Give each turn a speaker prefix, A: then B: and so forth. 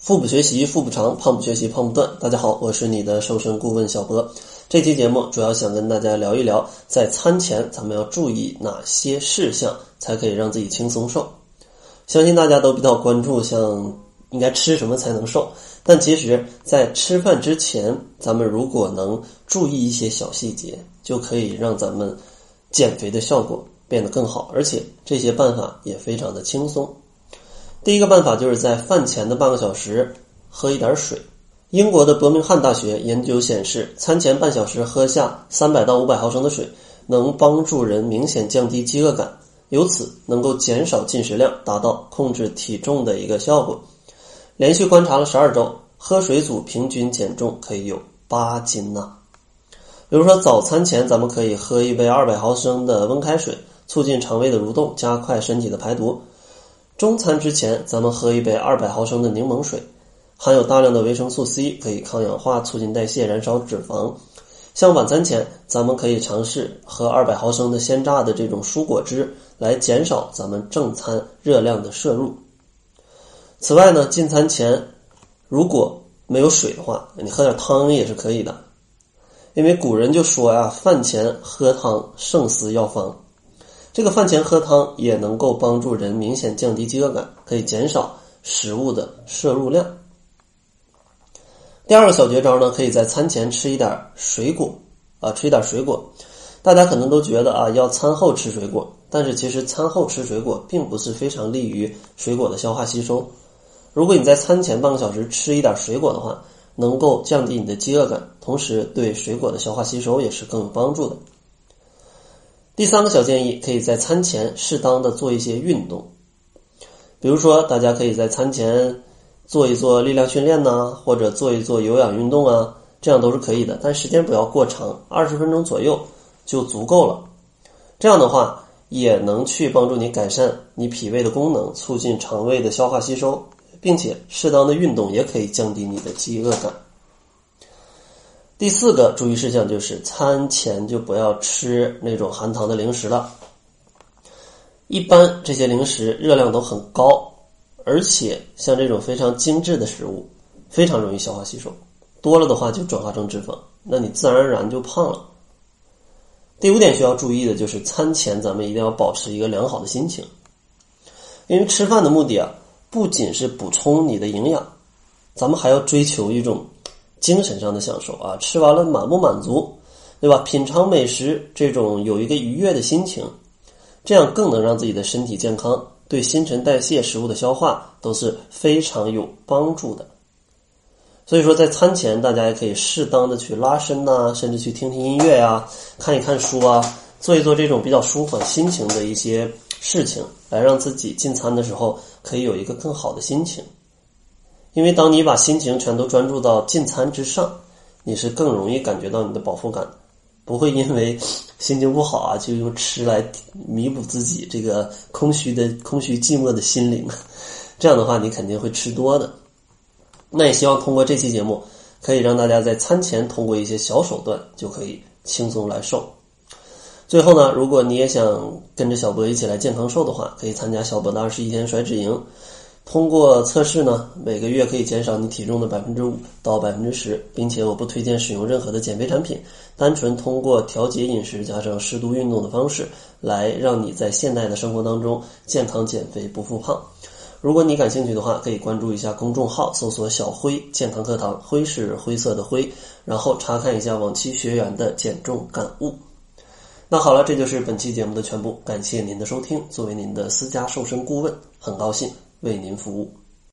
A: 腹部学习腹部长，胖不学习胖不断。大家好，我是你的瘦身顾问小博。这期节目主要想跟大家聊一聊，在餐前咱们要注意哪些事项，才可以让自己轻松瘦。相信大家都比较关注像应该吃什么才能瘦，但其实在吃饭之前，咱们如果能注意一些小细节，就可以让咱们减肥的效果变得更好，而且这些办法也非常的轻松。第一个办法就是在饭前的半个小时喝一点水。英国的伯明翰大学研究显示，餐前半小时喝下300到500毫升的水，能帮助人明显降低饥饿感，由此能够减少进食量，达到控制体重的一个效果。连续观察了12周，喝水组平均减重可以有8斤呢。比如说早餐前咱们可以喝一杯200毫升的温开水，促进肠胃的蠕动，加快身体的排毒。中餐之前咱们喝一杯200毫升的柠檬水，含有大量的维生素 C， 可以抗氧化，促进代谢，燃烧脂肪。像晚餐前咱们可以尝试喝200毫升的鲜榨的这种蔬果汁，来减少咱们正餐热量的摄入。此外呢，进餐前如果没有水的话，你喝点汤也是可以的。因为古人就说呀，饭前喝汤胜似药方。这个饭前喝汤也能够帮助人明显降低饥饿感，可以减少食物的摄入量。第二个小绝招呢，可以在餐前吃一点水果吃一点水果。大家可能都觉得要餐后吃水果，但是其实餐后吃水果并不是非常利于水果的消化吸收。如果你在餐前半个小时吃一点水果的话，能够降低你的饥饿感，同时对水果的消化吸收也是更有帮助的。第三个小建议，可以在餐前适当的做一些运动。比如说大家可以在餐前做一做力量训练或者做一做有氧运动这样都是可以的，但时间不要过长，20分钟左右就足够了。这样的话也能去帮助你改善你脾胃的功能，促进肠胃的消化吸收，并且适当的运动也可以降低你的饥饿感。第四个注意事项就是餐前就不要吃那种含糖的零食了。一般这些零食热量都很高，而且像这种非常精致的食物非常容易消化吸收，多了的话就转化成脂肪，那你自然而然就胖了。第5点需要注意的就是餐前咱们一定要保持一个良好的心情。因为吃饭的目的不仅是补充你的营养，咱们还要追求一种精神上的享受吃完了满不满足，对吧？品尝美食这种有一个愉悦的心情，这样更能让自己的身体健康，对新陈代谢食物的消化都是非常有帮助的。所以说在餐前大家也可以适当的去拉伸甚至去听听音乐看一看书做一做这种比较舒缓心情的一些事情，来让自己进餐的时候可以有一个更好的心情。因为当你把心情全都专注到进餐之上，你是更容易感觉到你的饱腹感，不会因为心情不好就用吃来弥补自己这个空虚寂寞的心灵，这样的话你肯定会吃多的。那也希望通过这期节目可以让大家在餐前通过一些小手段就可以轻松来瘦。最后呢，如果你也想跟着小博一起来健康瘦的话，可以参加小博的21天甩脂营。通过测试呢，每个月可以减少你体重的 5% 到 10%， 并且我不推荐使用任何的减肥产品，单纯通过调节饮食加上适度运动的方式，来让你在现代的生活当中健康减肥不复胖。如果你感兴趣的话，可以关注一下公众号，搜索小辉健康课堂，辉是灰色的灰，然后查看一下往期学员的减重感悟。那好了，这就是本期节目的全部，感谢您的收听。作为您的私家瘦身顾问，很高兴为您服务。